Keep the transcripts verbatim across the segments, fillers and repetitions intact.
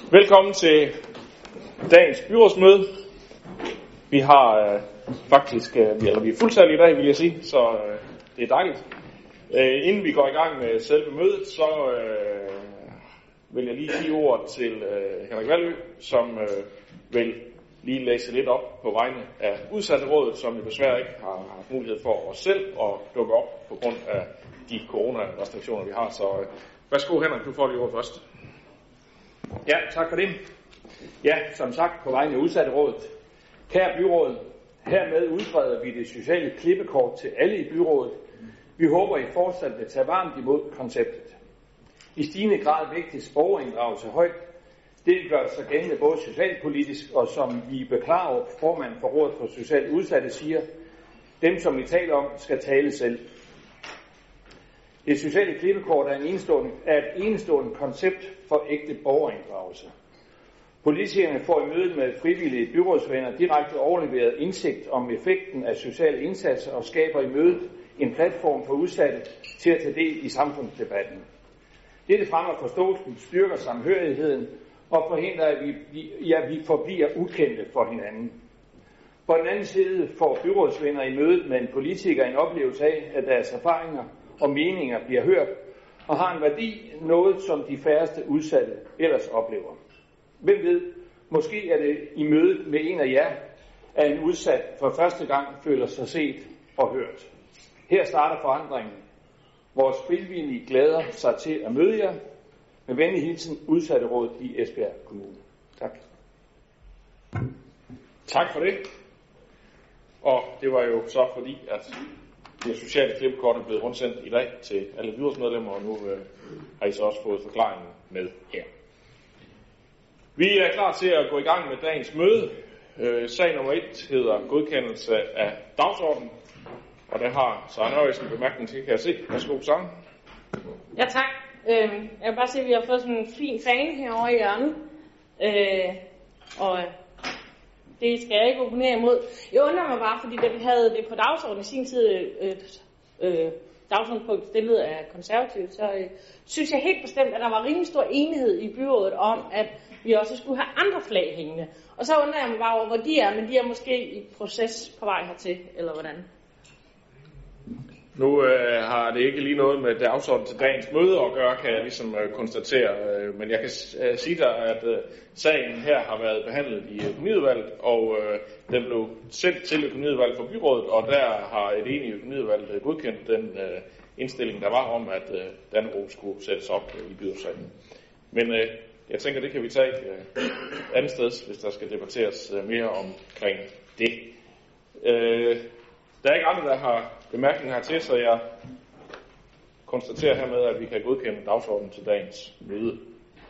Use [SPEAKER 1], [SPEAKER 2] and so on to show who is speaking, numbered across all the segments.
[SPEAKER 1] Velkommen til dagens byrådsmøde. Vi har øh, faktisk, øh, eller vi er fuldtallige i dag, vil jeg sige, så øh, det er dejligt. Øh, inden vi går i gang med selve mødet, så øh, vil jeg lige give ord til øh, Henrik Valø, som øh, vil lige læse lidt op på vegne af udsatterådet, som vi desværre ikke har haft mulighed for os selv at dukke op på grund af de coronarestriktioner, vi har. Så øh, værsgo Henrik, du får lige ord først.
[SPEAKER 2] Ja, tak for det. Ja, som sagt på vegne af udsatterådet. Kære byråd, hermed udbreder vi det sociale klippekort til alle i byrådet. Vi håber, I fortsat vil tage varmt imod konceptet. I stigende grad vægtes borgerinddragelse højt. Det gør sig gældende både socialpolitisk og som vi beklager, formand for Rådet for Socialt Udsatte siger, dem som vi taler om skal tale selv. Det sociale klippekort er, en enestående, er et enestående koncept for ægte borgerinddragelse. Politikerne får i mødet med frivillige byrådsvenner direkte overleveret indsigt om effekten af sociale indsatser og skaber i mødet en platform for udsatte til at tage del i samfundsdebatten. Dette fremmer forståelsen, styrker samhørigheden og forhindrer, at vi, ja, vi forbliver ukendte for hinanden. På den anden side får byrådsvenner i mødet med en politiker en oplevelse af, at deres erfaringer og meninger bliver hørt og har en værdi, noget som de færreste udsatte ellers oplever. Hvem ved, måske er det i mødet med en af jer, at en udsat for første gang føler sig set og hørt. Her starter forandringen. Vores frivillige glæder sig til at møde jer. Med venlig hilsen, Udsatterådet i Esbjerg Kommune. Tak.
[SPEAKER 1] Tak for det. Og det var jo så fordi, at det sociale klippekort er blevet rundsendt i dag til alle byrådsmedlemmer, og nu øh, har I så også fået forklaringen med her. Vi er klar til at gå i gang med dagens møde. Øh, sag nummer et hedder godkendelse af dagsordenen, og der har Søren Højsen en bemærkning til, kan jeg se. Værsgo, Søren.
[SPEAKER 3] Ja, tak. Øh, jeg vil bare se, at vi har fået sådan en fin fan herovre i hjørnet, øh, og det skal jeg ikke opponere imod. Jeg undrer mig bare, fordi da vi havde det på dagsordenen i sin tid, øh, øh, dagsordenspunkt stillet af konservative, så øh, synes jeg helt bestemt, at der var rimelig stor enighed i byrådet om, at vi også skulle have andre flag hængende. Og så undrer jeg mig bare over, hvor de er, men de er måske i proces på vej hertil, eller hvordan?
[SPEAKER 1] Nu øh, har det ikke lige noget med dagsordenen til dagens møde at gøre, kan jeg ligesom øh, konstatere. Øh, men jeg kan øh, sige dig, at øh, sagen her har været behandlet i økonomiudvalget, og øh, den blev sendt til økonomiudvalget for byrådet, og der har et enigt økonomiudvalg øh, godkendt den øh, indstilling, der var om, at øh, Dannebrog skulle sættes op øh, i byrådssagen. Men øh, jeg tænker, det kan vi tage øh, andet sted, hvis der skal debatteres øh, mere omkring det. Øh, der er ikke andre, der har bemærkninger hertil, så jeg konstaterer hermed, at vi kan godkende dagsordenen til dagens møde.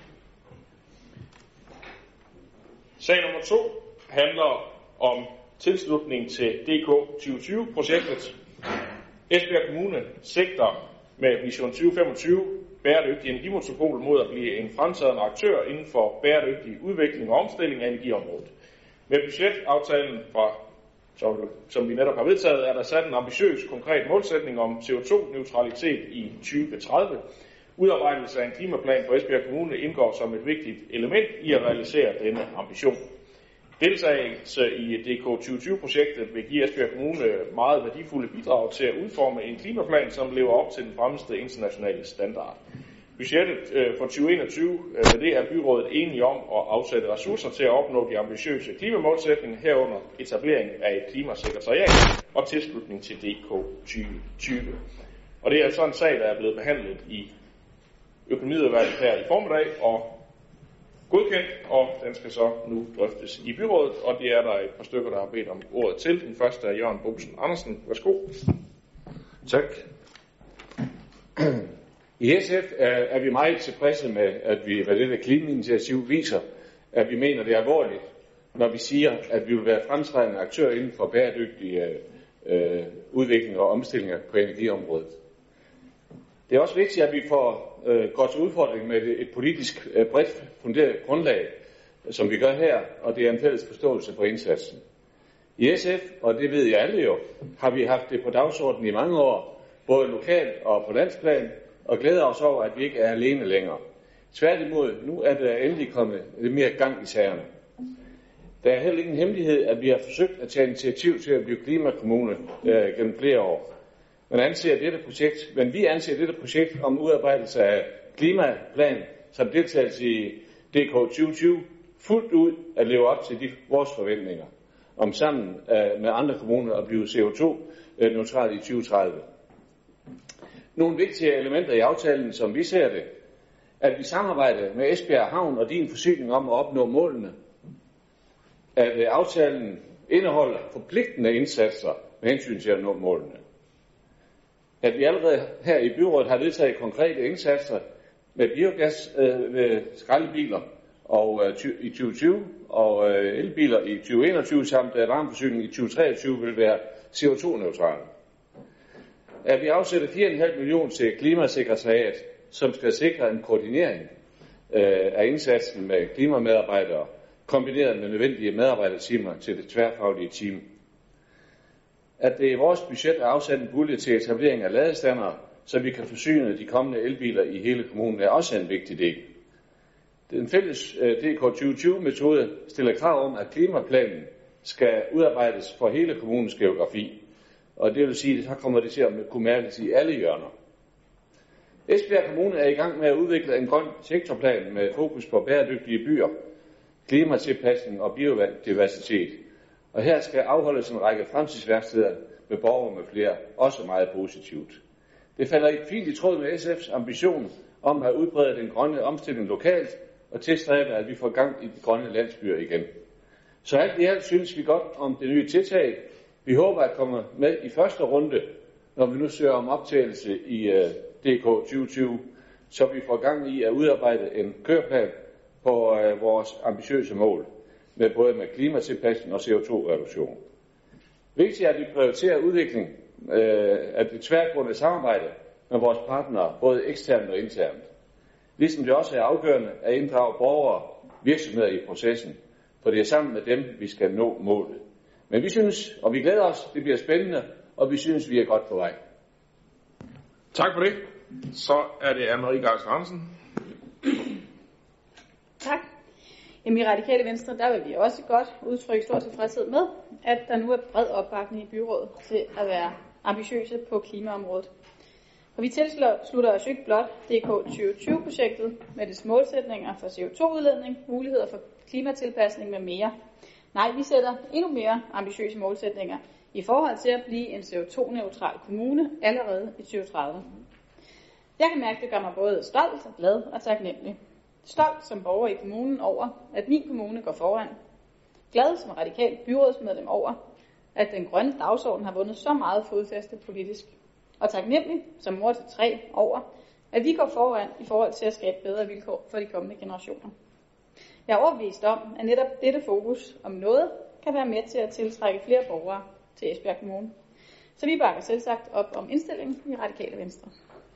[SPEAKER 1] Sag nummer to handler om tilslutning til D K tyve tyve-projektet. Esbjerg Kommune sigter med Vision tyve femogtyve bæredygtig energimetropol mod at blive en fremtrædende aktør inden for bæredygtig udvikling og omstilling af energiområdet. Med budgetaftalen fra som vi netop har vedtaget, er der sat en ambitiøs, konkret målsætning om C O to neutralitet i tyve tredive. Udarbejdelse af en klimaplan for Esbjerg Kommune indgår som et vigtigt element i at realisere denne ambition. Deltagelse i D K tyve tyve-projektet vil give Esbjerg Kommune meget værdifulde bidrag til at udforme en klimaplan, som lever op til den fremmeste internationale standard. Budgettet for tyve enogtyve, det er byrådet enige om at afsætte ressourcer til at opnå de ambitiøse klimamålsætninger herunder etablering af et klimasekretariat og tilslutning til D K tyve tyve. Og det er så en sag, der er blevet behandlet i økonomiudvalget her i formiddag og godkendt, og den skal så nu drøftes i byrådet, og det er der et par stykker, der har bedt om ordet til. Den første er Jørgen Bosen Andersen. Værsgo.
[SPEAKER 4] Tak. I S F er, er vi meget tilfredse med, at vi med dette klimainitiativ viser, at vi mener det er alvorligt, når vi siger, at vi vil være fremtrædende aktør inden for bæredygtig øh, udvikling og omstillinger på energiområdet. Det er også vigtigt, at vi får øh, godt til udfordring med et, et politisk øh, bredt funderet grundlag, som vi gør her, og det er en fælles forståelse for indsatsen. I S F, og det ved jeg alle jo, har vi haft det på dagsordenen i mange år, både lokalt og på landsplan, og glæder os over, at vi ikke er alene længere. Tværtimod, nu er der endelig kommet lidt mere gang i sagerne. Der er heller ingen hemmelighed, at vi har forsøgt at tage initiativ til at blive klimakommune øh, gennem flere år. Man anser dette projekt, men vi anser dette projekt om udarbejdelse af klimaplan som deltagelse i D K tyve tyve fuldt ud at leve op til de, vores forventninger om sammen øh, med andre kommuner at blive C O to neutrale i tyve tredive. Nogle vigtige elementer i aftalen, som vi ser det, at vi samarbejder med Esbjerg Havn og din forsyning om at opnå målene, at øh, aftalen indeholder forpligtende indsatser med hensyn til at nå målene. At vi allerede her i byrådet har vedtaget konkrete indsatser med biogas øh, ved skraldebiler og, øh, i tyve tyve og øh, elbiler i tyve enogtyve samt at varmeforsyningen i tyve treogtyve vil være C O to neutrale. At vi afsætter fire komma fem millioner til klimasekretariat, som skal sikre en koordinering øh, af indsatsen med klimamedarbejdere, kombineret med nødvendige medarbejdertimer til det tværfaglige team. At det i vores budget er afsat en pulje til etablering af ladestander, så vi kan forsyne de kommende elbiler i hele kommunen, er også en vigtig del. Den fælles D K tyve tyve metode stiller krav om, at klimaplanen skal udarbejdes for hele kommunens geografi. Og det vil sige, at så kommer det til at kunne mærkes i alle hjørner. Esbjerg Kommune er i gang med at udvikle en grøn sektorplan med fokus på bæredygtige byer, klimatilpasning og biodiversitet. Og her skal afholdes en række fremtidsværksteder med borgere med flere, også meget positivt. Det falder fint i tråd med S F's ambition om at udbrede den grønne omstilling lokalt og tilstræbe, at vi får gang i de grønne landsbyer igen. Så alt i alt synes vi godt om det nye tiltag. Vi håber at komme med i første runde, når vi nu søger om optagelse i uh, D K tyve tyve, så vi får gang i at udarbejde en køreplan på uh, vores ambitiøse mål, med både med klimatilpasning og C O to reduktion. Vigtigt er, at vi prioriterer udvikling øh, af det tværgående samarbejde med vores partnere, både eksternt og internt. Ligesom det også er afgørende at inddrage borgere og virksomheder i processen, for det er sammen med dem, vi skal nå målet. Men vi synes, og vi glæder os, det bliver spændende, og vi synes, vi er godt på vej.
[SPEAKER 1] Tak for det. Så er det Anne-Marie Geisler Hansen.
[SPEAKER 5] Tak. Jamen i Radikale Venstre, der vil vi også godt udtrykke stor tilfredshed med, at der nu er bred opbakning i byrådet til at være ambitiøse på klimaområdet. Og vi tilslutter os ikke blot D K tyve tyve-projektet med dets målsætninger for C O to udledning, muligheder for klimatilpasning med mere. Nej, vi sætter endnu mere ambitiøse målsætninger i forhold til at blive en C O to neutral kommune allerede i tyve tredive. Jeg kan mærke, at det gør mig både stolt og glad og taknemmelig. Stolt som borger i kommunen over, at min kommune går foran. Glad som radikalt byrådsmedlem over, at den grønne dagsorden har vundet så meget fodfæste politisk. Og taknemmelig som mor til tre over, at vi går foran i forhold til at skabe bedre vilkår for de kommende generationer. Jeg er overbevist om, at netop dette fokus om noget kan være med til at tiltrække flere borgere til Esbjerg Kommune. Så vi bakker selvsagt op om indstillingen i Radikale Venstre.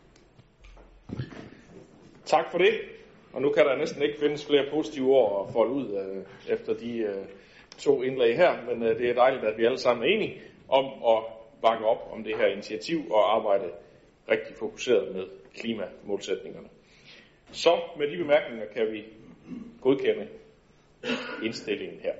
[SPEAKER 1] Tak for det. Og nu kan der næsten ikke findes flere positive ord at folde ud øh, efter de øh, to indlæg her, men øh, det er dejligt, at vi alle sammen er enige om at bakke op om det her initiativ og arbejde rigtig fokuseret med klimamålsætningerne. Så med de bemærkninger kan vi godkende indstillingen her.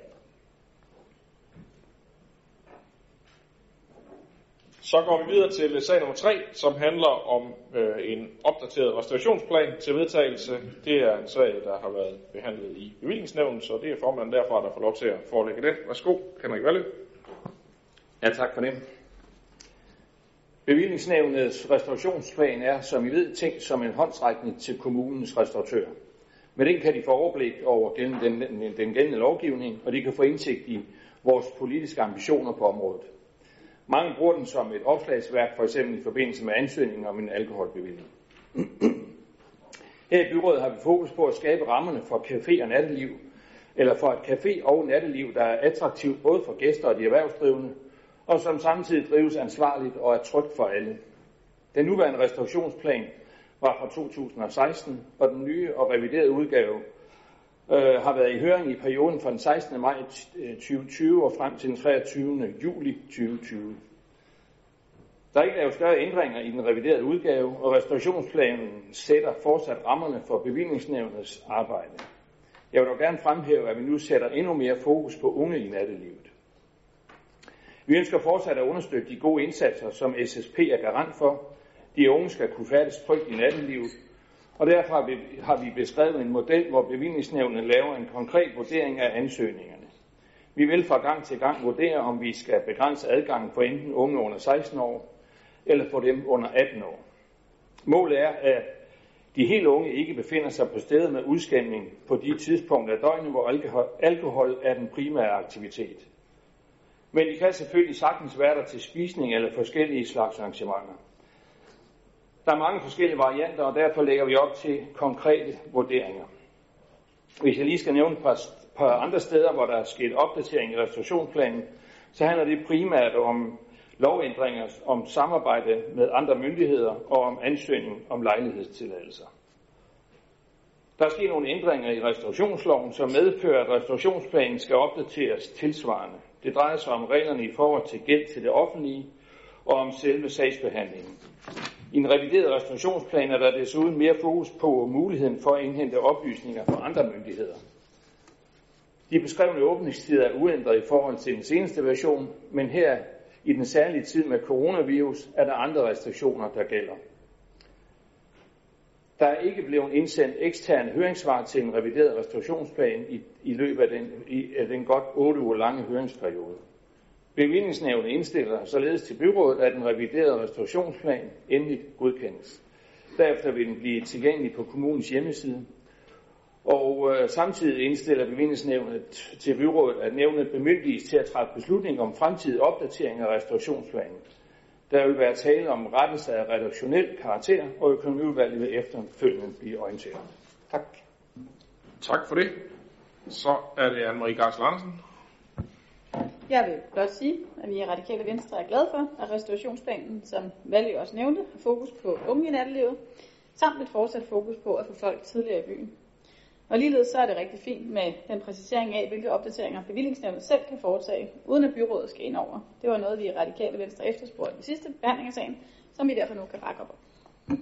[SPEAKER 1] Så går vi videre til sag nummer tre, som handler om øh, en opdateret restaurationsplan til vedtagelse. Det er en sag, der har været behandlet i bevillingsnævnet, så det er formanden derfra, der får lov til at forelægge det. Værsgo, Henrik Valle.
[SPEAKER 2] Ja, tak for det. Bevillingsnævnets restaurationsplan er, som I ved, tænkt som en håndsrækning til kommunens restauratør. Med den kan de få overblik over den, den, den, den gældende lovgivning, og de kan få indsigt i vores politiske ambitioner på området. Mange bruger den som et opslagsværk, for eksempel i forbindelse med ansøgning om en alkoholbevilling. Her i byrådet har vi fokus på at skabe rammerne for café og natteliv, eller for et café og natteliv, der er attraktivt både for gæster og de erhvervsdrivende, og som samtidig drives ansvarligt og er trygt for alle. Den nuværende restaurationsplan var fra to tusind og seksten, og den nye og reviderede udgave øh, har været i høring i perioden fra den sekstende maj tyve tyve og frem til den treogtyvende juli tyve tyve. Der er ikke lavet større ændringer i den reviderede udgave, og restaurationsplanen sætter fortsat rammerne for bevillingsnævnets arbejde. Jeg vil dog gerne fremhæve, at vi nu sætter endnu mere fokus på unge i nattelivet. Vi ønsker fortsat at understøtte de gode indsatser, som S S P er garant for. De unge skal kunne færdes trygt i nattelivet, og derfor har vi beskrevet en model, hvor bevillingsnævnet laver en konkret vurdering af ansøgningerne. Vi vil fra gang til gang vurdere, om vi skal begrænse adgangen for enten unge under seksten år, eller for dem under atten år. Målet er, at de helt unge ikke befinder sig på steder med udskæmning på de tidspunkter af døgnet, hvor alkohol er den primære aktivitet. Men de kan selvfølgelig sagtens være der til spisning eller forskellige slags arrangementer. Der er mange forskellige varianter, og derfor lægger vi op til konkrete vurderinger. Hvis jeg lige skal nævne et par, par andre steder, hvor der er sket opdatering i restaurationsplanen, så handler det primært om lovændringer, om samarbejde med andre myndigheder og om ansøgning om lejlighedstilladelser. Der er sket nogle ændringer i restaurationsloven, som medfører, at restaurationsplanen skal opdateres tilsvarende. Det drejer sig om reglerne i forhold til gæld til det offentlige og om selve sagsbehandlingen. I en revideret restaurationsplan er der desuden mere fokus på muligheden for at indhente oplysninger fra andre myndigheder. De beskrevne åbningstider er uændret i forhold til den seneste version, men her i den særlige tid med coronavirus er der andre restriktioner, der gælder. Der er ikke blevet indsendt eksterne høringssvar til en revideret restaurationsplan i, i løbet af den, i, af den godt otte uger lange høringsperiode. Bevillingsnævnet indstiller således til byrådet, at den reviderede restaurationsplan endeligt godkendes. Derefter vil den blive tilgængelig på kommunens hjemmeside. Og øh, samtidig indstiller bevillingsnævnet til byrådet, at nævnet bemyndiges til at træffe beslutning om fremtidig opdatering af restaurationsplanen. Der vil være tale om rettelse af redaktionel karakter, og økonomiudvalget vil efterfølgende blive orienteret. Tak.
[SPEAKER 1] Tak for det. Så er det Anne-Marie Garsel Andersen.
[SPEAKER 5] Jeg vil blot sige, at vi i Radikale Venstre er glade for, at restaurationsplanen, som Valje også nævnte, har fokus på unge i nattelivet, samt et fortsat fokus på at få folk tidligere i byen. Og ligeledes så er det rigtig fint med den præcisering af, hvilke opdateringer bevillingsnævnet selv kan foretage, uden at byrådet skal ind over. Det var noget, vi i Radikale Venstre efterspurgte i sidste behandling af sagen, som vi derfor nu kan bakke op om.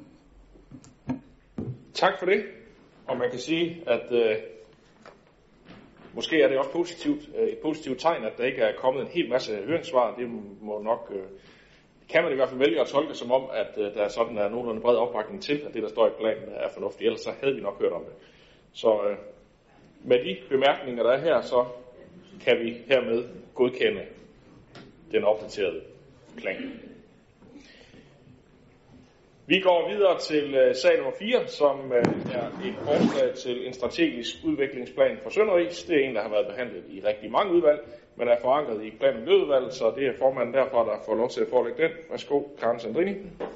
[SPEAKER 1] Tak for det. Og man kan sige, at øh, måske er det også positivt, øh, et positivt tegn, at der ikke er kommet en hel masse høringssvar. Det må nok, øh, kan man i hvert fald vælge at tolke som om, at øh, der er sådan er nogenlunde bred opbakning til, at det, der står i planen, er fornuftigt. Ellers så havde vi nok hørt om det. Så øh, med de bemærkninger, der er her, så kan vi hermed godkende den opdaterede plan. Vi går videre til øh, sag nummer fire, som øh, er et forslag til en strategisk udviklingsplan for Sønderris. Det er en, der har været behandlet i rigtig mange udvalg, men er forankret i plan- og miljøudvalget, så det er formanden derfra, der får lov til at forelægge den. Værsgo, Karen Sandrini.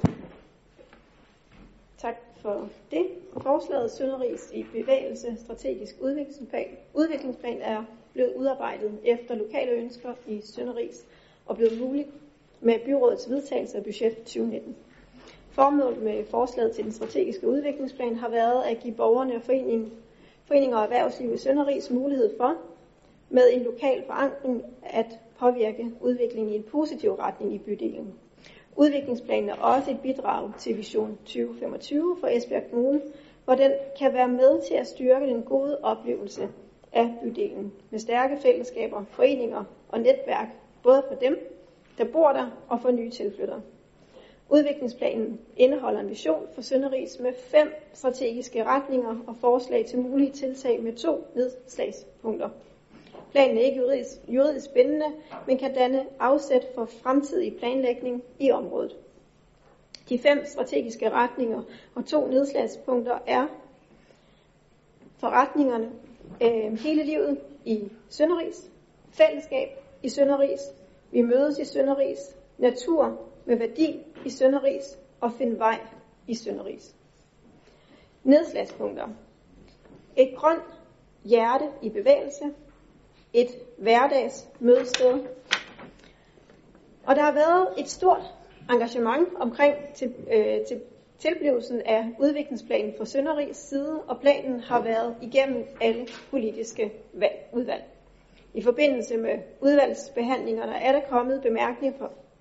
[SPEAKER 6] Tak for det. Forslaget Sønderris i bevægelse strategisk udviklingsplan, udviklingsplan er blevet udarbejdet efter lokale ønsker i Sønderris og blevet muligt med byrådets vedtagelse af budget tyve nitten. Formålet med forslaget til den strategiske udviklingsplan har været at give borgerne og forening, foreninger og erhvervsliv i Sønderris mulighed for med en lokal forankring at påvirke udviklingen i en positiv retning i bydelen. Udviklingsplanen er også et bidrag til Vision tyve femogtyve for Esbjerg Kommune, hvor den kan være med til at styrke den gode oplevelse af bydelen med stærke fællesskaber, foreninger og netværk, både for dem, der bor der, og for nye tilflyttere. Udviklingsplanen indeholder en vision for Sønderris med fem strategiske retninger og forslag til mulige tiltag med to nedslagspunkter. Planen er ikke juridisk, juridisk bindende, men kan danne afsæt for fremtidig planlægning i området. De fem strategiske retninger og to nedslagspunkter er forretningerne øh, hele livet i Sønderris, fællesskab i Sønderris, vi mødes i Sønderris, natur med værdi i Sønderris og find vej i Sønderris. Nedslagspunkter. Et grønt hjerte i bevægelse, et hverdags mødested. Og der har været et stort engagement omkring til, øh, til tilblivelsen af udviklingsplanen fra Sønderrigs side, og planen har været igennem alle politiske valg, udvalg. I forbindelse med udvalgsbehandlingerne er der kommet bemærkninger fra,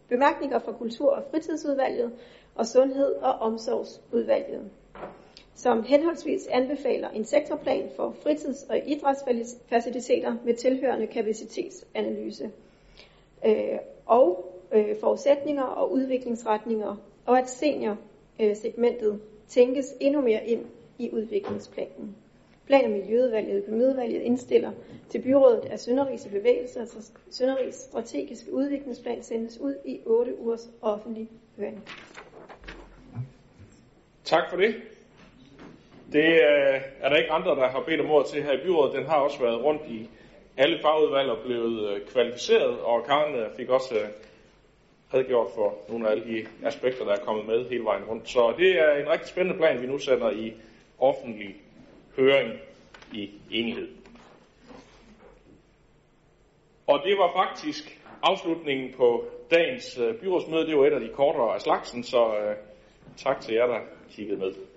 [SPEAKER 6] bemærkninger fra Kultur- og Fritidsudvalget og Sundhed- og Omsorgsudvalget, som henholdsvis anbefaler en sektorplan for fritids- og idrætsfaciliteter med tilhørende kapacitetsanalyse øh, og øh, forudsætninger og udviklingsretninger, og at seniorsegmentet tænkes endnu mere ind i udviklingsplanen. Plan- og Miljøudvalget og Økonomiudvalget indstiller til byrådet, at Sønderrigs bevægelse og Sønderrigs strategiske udviklingsplan sendes ud i otte ugers offentlig høring.
[SPEAKER 1] Tak for det. Det øh, er der ikke andre, der har bedt om ordet til her i byrådet. Den har også været rundt i alle fagudvalg og blevet øh, kvalificeret, og Karen øh, fik også øh, redegjort for nogle af alle de aspekter, der er kommet med hele vejen rundt. Så det er en rigtig spændende plan, vi nu sender i offentlig høring i enighed. Og det var faktisk afslutningen på dagens øh, byrådsmøde. Det var et af de kortere af slagsen, så øh, tak til jer, der kiggede med.